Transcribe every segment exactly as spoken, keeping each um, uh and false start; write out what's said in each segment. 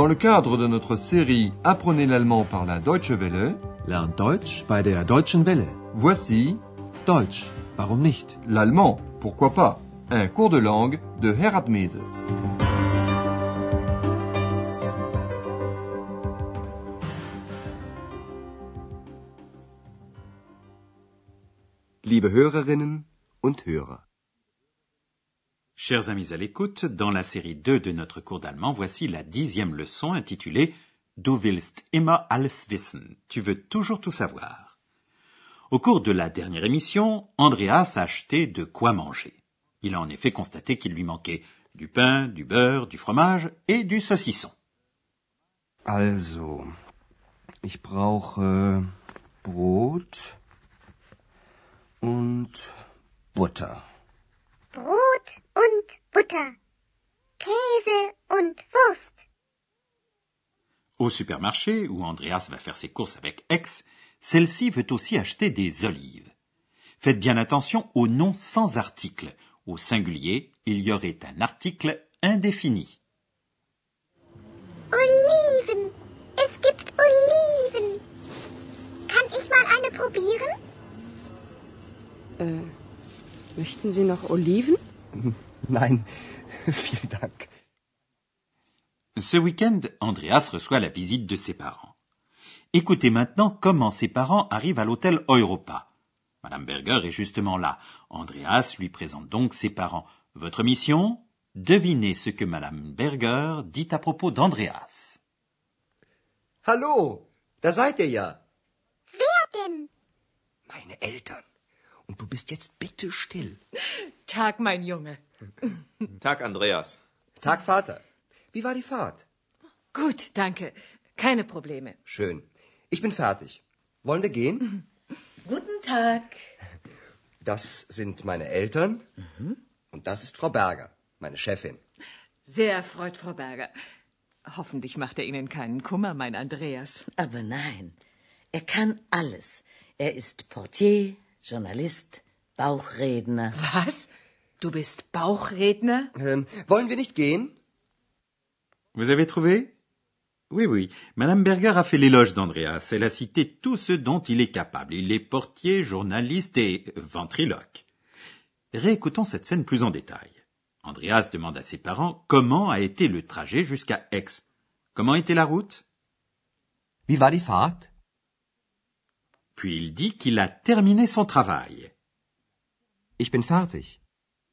Dans le cadre de notre série Apprenez l'allemand par la Deutsche Welle, Lernt Deutsch bei der Deutschen Welle. voici Deutsch, warum nicht? l'allemand, pourquoi pas, un cours de langue de Herat Mese. Liebe Hörerinnen und Hörer. Chers amis à l'écoute, dans la série deux de notre cours d'allemand, voici la dixième leçon intitulée « Du willst immer alles wissen » Tu veux toujours tout savoir. Au cours de la dernière émission, Andreas a acheté de quoi manger. Il a en effet constaté qu'il lui manquait du pain, du beurre, du fromage et du saucisson. Also, ich brauche Brot und Butter. Brot und Butter, Käse und Wurst. Au supermarché, où Andreas va faire ses courses avec Ex, celle-ci veut aussi acheter des olives. Faites bien attention au nom sans article. Au singulier, il y aurait un article indéfini. Oliven, es gibt Oliven. Kann ich mal eine probieren? Äh, möchten Sie noch Oliven? Nein, vielen Dank. Ce week-end, Andreas reçoit la visite de ses parents. Écoutez maintenant comment ses parents arrivent à l'hôtel Europa. Madame Berger est justement là. Andreas lui présente donc ses parents. Votre mission ? Devinez ce que Madame Berger dit à propos d'Andreas. Hallo, da seid ihr ja. Wer denn? Meine Eltern. Und du bist jetzt bitte still. Tag, mein Junge. Tag, Andreas. Tag, Vater. Wie war die Fahrt? Gut, danke. Keine Probleme. Schön. Ich bin fertig. Wollen wir gehen? Guten Tag. Das sind meine Eltern. Mhm. Und das ist Frau Berger, meine Chefin. Sehr erfreut, Frau Berger. Hoffentlich macht er Ihnen keinen Kummer, mein Andreas. Aber nein, er kann alles. Er ist Portier, Journalist, Bauchredner. Was? Du bist Bauchredner? Ähm, wollen wir nicht gehen? Vous avez trouvé ? Oui, oui. Madame Berger a fait l'éloge d'Andreas. Elle a cité tout ce dont il est capable. Il est portier, journaliste et ventriloque. Réécoutons cette scène plus en détail. Andreas demande à ses parents comment a été le trajet jusqu'à Aix. Comment était la route ? Wie war die Fahrt? Puis il dit qu'il a terminé son travail. Ich bin fertig.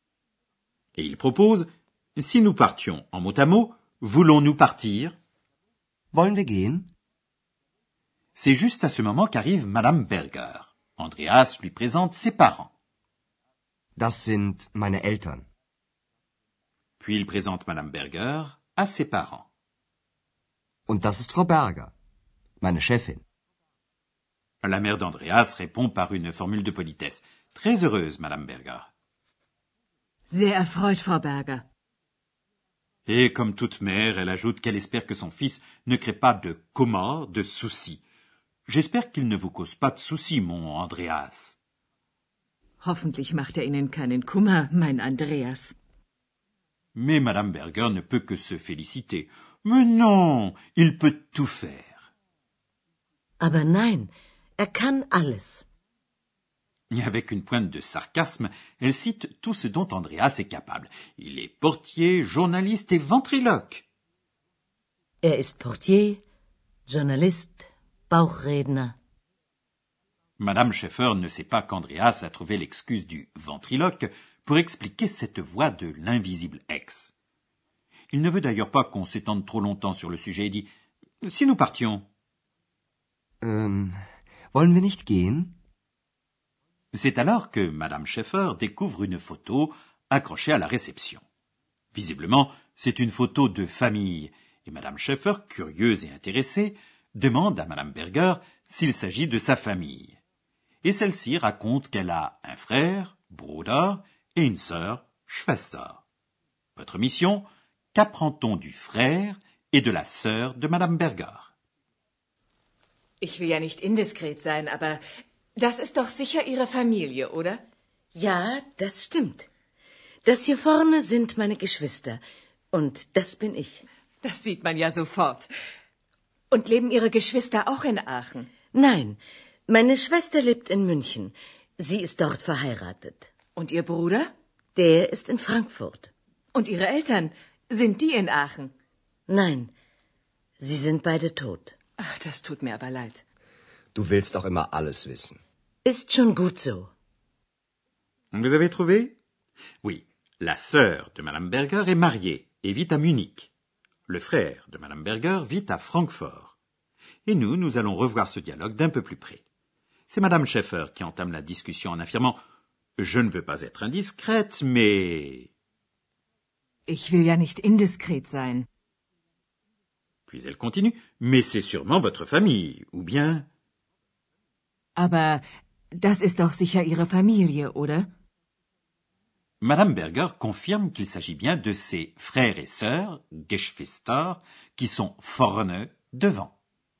Et il propose, si nous partions en mot à mot, voulons-nous partir ? Wollen wir gehen? C'est juste à ce moment qu'arrive Madame Berger. Andreas lui présente ses parents. Das sind meine Eltern. Puis il présente Madame Berger à ses parents. Und das ist Frau Berger, meine Chefin. La mère d'Andreas répond par une formule de politesse. Très heureuse, Madame Berger. Sehr erfreut, Frau Berger. Et comme toute mère, elle ajoute qu'elle espère que son fils ne crée pas de coma, de soucis. J'espère qu'il ne vous cause pas de soucis, mon Andreas. Hoffentlich macht er Ihnen keinen Kummer, mein Andreas. Mais Madame Berger ne peut que se féliciter. Mais non, il peut tout faire. Aber nein, er kann alles. Et avec une pointe de sarcasme, elle cite tout ce dont Andreas est capable. Il est portier, journaliste et ventriloque. Er ist Portier, Journalist, Bauchredner. Madame Schäfer ne sait pas qu'Andreas a trouvé l'excuse du ventriloque pour expliquer cette voix de l'invisible ex. Il ne veut d'ailleurs pas qu'on s'étende trop longtemps sur le sujet et dit « Si nous partions ?» Ähm, wollen wir nicht gehen? C'est alors que Madame Schäfer découvre une photo accrochée à la réception. Visiblement, c'est une photo de famille, et Madame Schäfer, curieuse et intéressée, demande à Madame Berger s'il s'agit de sa famille. Et celle-ci raconte qu'elle a un frère, Bruder, et une sœur, Schwester. Votre mission, qu'apprend-on du frère et de la sœur de Madame Berger? Ich will ja nicht indiskret sein, aber das ist doch sicher Ihre Familie, oder? Ja, das stimmt. Das hier vorne sind meine Geschwister. Und das bin ich. Das sieht man ja sofort. Und leben Ihre Geschwister auch in Aachen? Nein, meine Schwester lebt in München. Sie ist dort verheiratet. Und Ihr Bruder? Der ist in Frankfurt. Und Ihre Eltern? Sind die in Aachen? Nein, sie sind beide tot. Ach, das tut mir aber leid. Du willst doch immer alles wissen. Ist schon gut so. Vous avez trouvé? Oui, la sœur de Madame Berger est mariée et vit à Munich. Le frère de Madame Berger vit à Francfort. Et nous, nous allons revoir ce dialogue d'un peu plus près. C'est Madame Schäfer qui entame la discussion en affirmant « Je ne veux pas être indiscrète, mais… » Ich will ja nicht indiskret sein. Puis elle continue « Mais c'est sûrement votre famille, ou bien… » Aber das ist doch sicher Ihre Familie, oder? Madame Berger confirme qu'il s'agit bien de ses frères et sœurs, Geschwister, qui sont vorne, devant.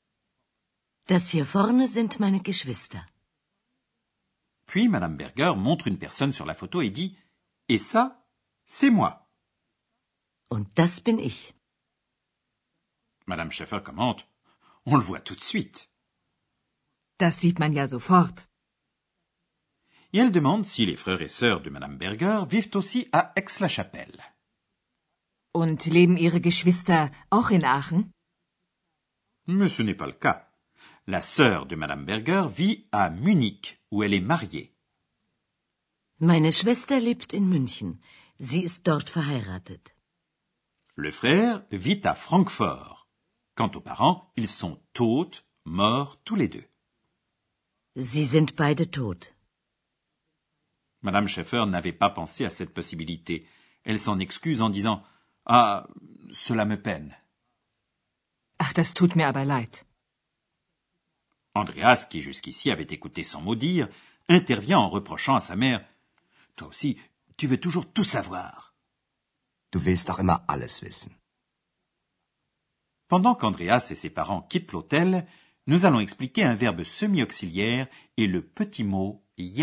Das hier vorne sind meine Geschwister. Puis Madame Berger montre une personne sur la photo et dit « Et ça, c'est moi ». Und das bin ich. Madame Schäfer commente « On le voit tout de suite ». Das sieht man ja sofort. Et elle demande si les frères et sœurs de Madame Berger vivent aussi à Aix-la-Chapelle. Und leben Ihre Geschwister auch in Aachen? Mais ce n'est pas le cas. La sœur de Madame Berger vit à Munich, où elle est mariée. Meine Schwester lebt in München. Sie ist dort verheiratet. Le frère vit à Francfort. Quant aux parents, ils sont tot, morts tous les deux. Sie sind beide tot. Madame Schäfer n'avait pas pensé à cette possibilité. Elle s'en excuse en disant « Ah, cela me peine ». Ach, das tut mir aber leid. Andreas, qui jusqu'ici avait écouté sans mot dire, intervient en reprochant à sa mère « Toi aussi, tu veux toujours tout savoir ». Du willst doch immer alles wissen. Pendant qu'Andreas et ses parents quittent l'hôtel, nous allons expliquer un verbe semi-auxiliaire et le petit mot « ja ».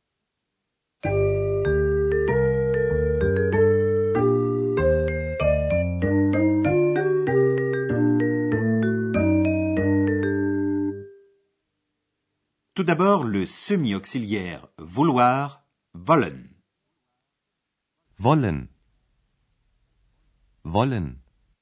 Tout d'abord, le semi-auxiliaire vouloir, wollen. Wollen. Wollen.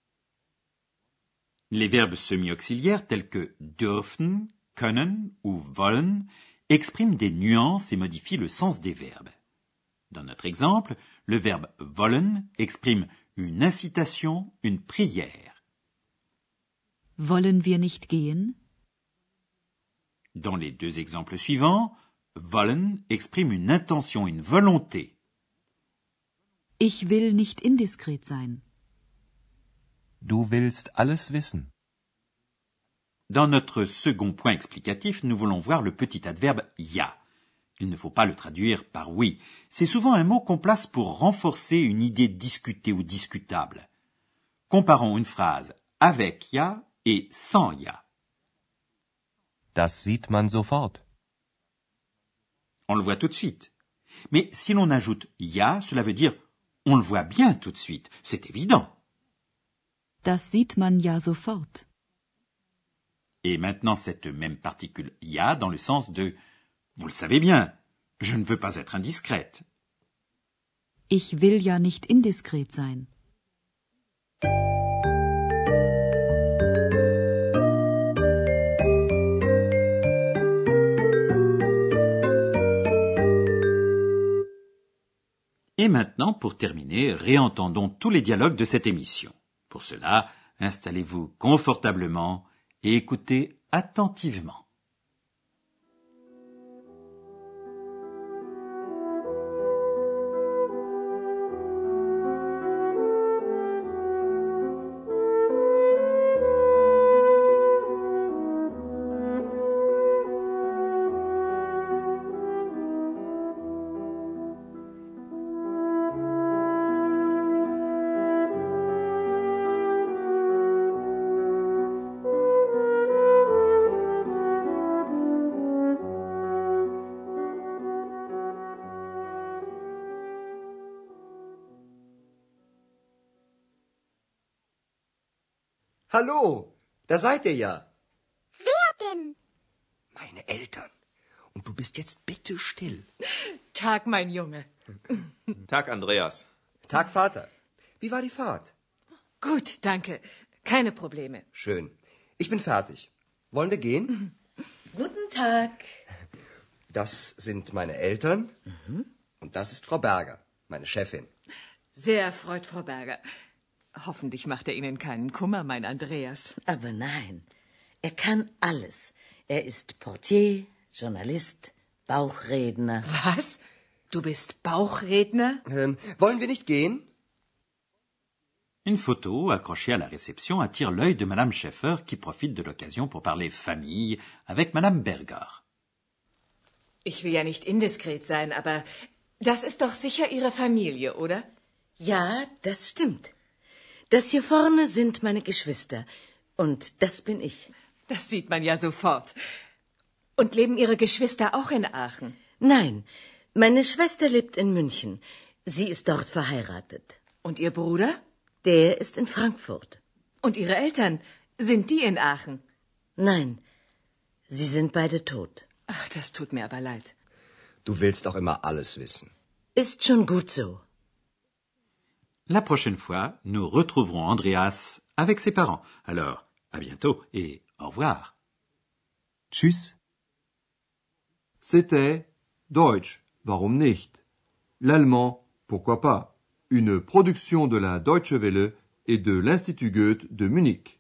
Les verbes semi-auxiliaires tels que dürfen, können ou wollen expriment des nuances et modifient le sens des verbes. Dans notre exemple, le verbe wollen exprime une incitation, une prière. Wollen wir nicht gehen? Dans les deux exemples suivants, wollen exprime une intention, une volonté. Ich will nicht indiskret sein. Du willst alles wissen. Dans notre second point explicatif, nous voulons voir le petit adverbe ja. Il ne faut pas le traduire par oui. C'est souvent un mot qu'on place pour renforcer une idée discutée ou discutable. Comparons une phrase avec ja et sans ja. Das sieht man sofort. On le voit tout de suite. Mais si l'on ajoute ja, cela veut dire on le voit bien tout de suite. C'est évident. Das sieht man ja sofort. Et maintenant cette même particule ja dans le sens de vous le savez bien, je ne veux pas être indiscrète. Ich will ja nicht indiskret sein. Et maintenant, pour terminer, réentendons tous les dialogues de cette émission. Pour cela, installez-vous confortablement et écoutez attentivement. Hallo, da seid ihr ja. Wer denn? Meine Eltern. Und du bist jetzt bitte still. Tag, mein Junge. Tag, Andreas. Tag, Vater. Wie war die Fahrt? Gut, danke. Keine Probleme. Schön. Ich bin fertig. Wollen wir gehen? Guten Tag. Das sind meine Eltern. Mhm. Und das ist Frau Berger, meine Chefin. Sehr erfreut, Frau Berger. Hoffentlich macht er Ihnen keinen Kummer, mein Andreas. Aber nein, er kann alles. Er ist Portier, Journalist, Bauchredner. Was? Du bist Bauchredner? Ähm, wollen wir nicht gehen? Une photo accrochée à la réception attire l'œil de Madame Schäfer qui profite de l'occasion pour parler famille avec Madame Berger. Ich will ja nicht indiskret sein, aber das ist doch sicher Ihre Familie, oder? Ja, das stimmt. Das hier vorne sind meine Geschwister. Und das bin ich. Das sieht man ja sofort. Und leben Ihre Geschwister auch in Aachen? Nein, meine Schwester lebt in München. Sie ist dort verheiratet. Und Ihr Bruder? Der ist in Frankfurt. Und Ihre Eltern? Sind die in Aachen? Nein, sie sind beide tot. Ach, das tut mir aber leid. Du willst auch immer alles wissen. Ist schon gut so. La prochaine fois, nous retrouverons Andreas avec ses parents. Alors, à bientôt et au revoir. Tschüss. C'était Deutsch, warum nicht? L'allemand, pourquoi pas? Une production de la Deutsche Welle et de l'Institut Goethe de Munich.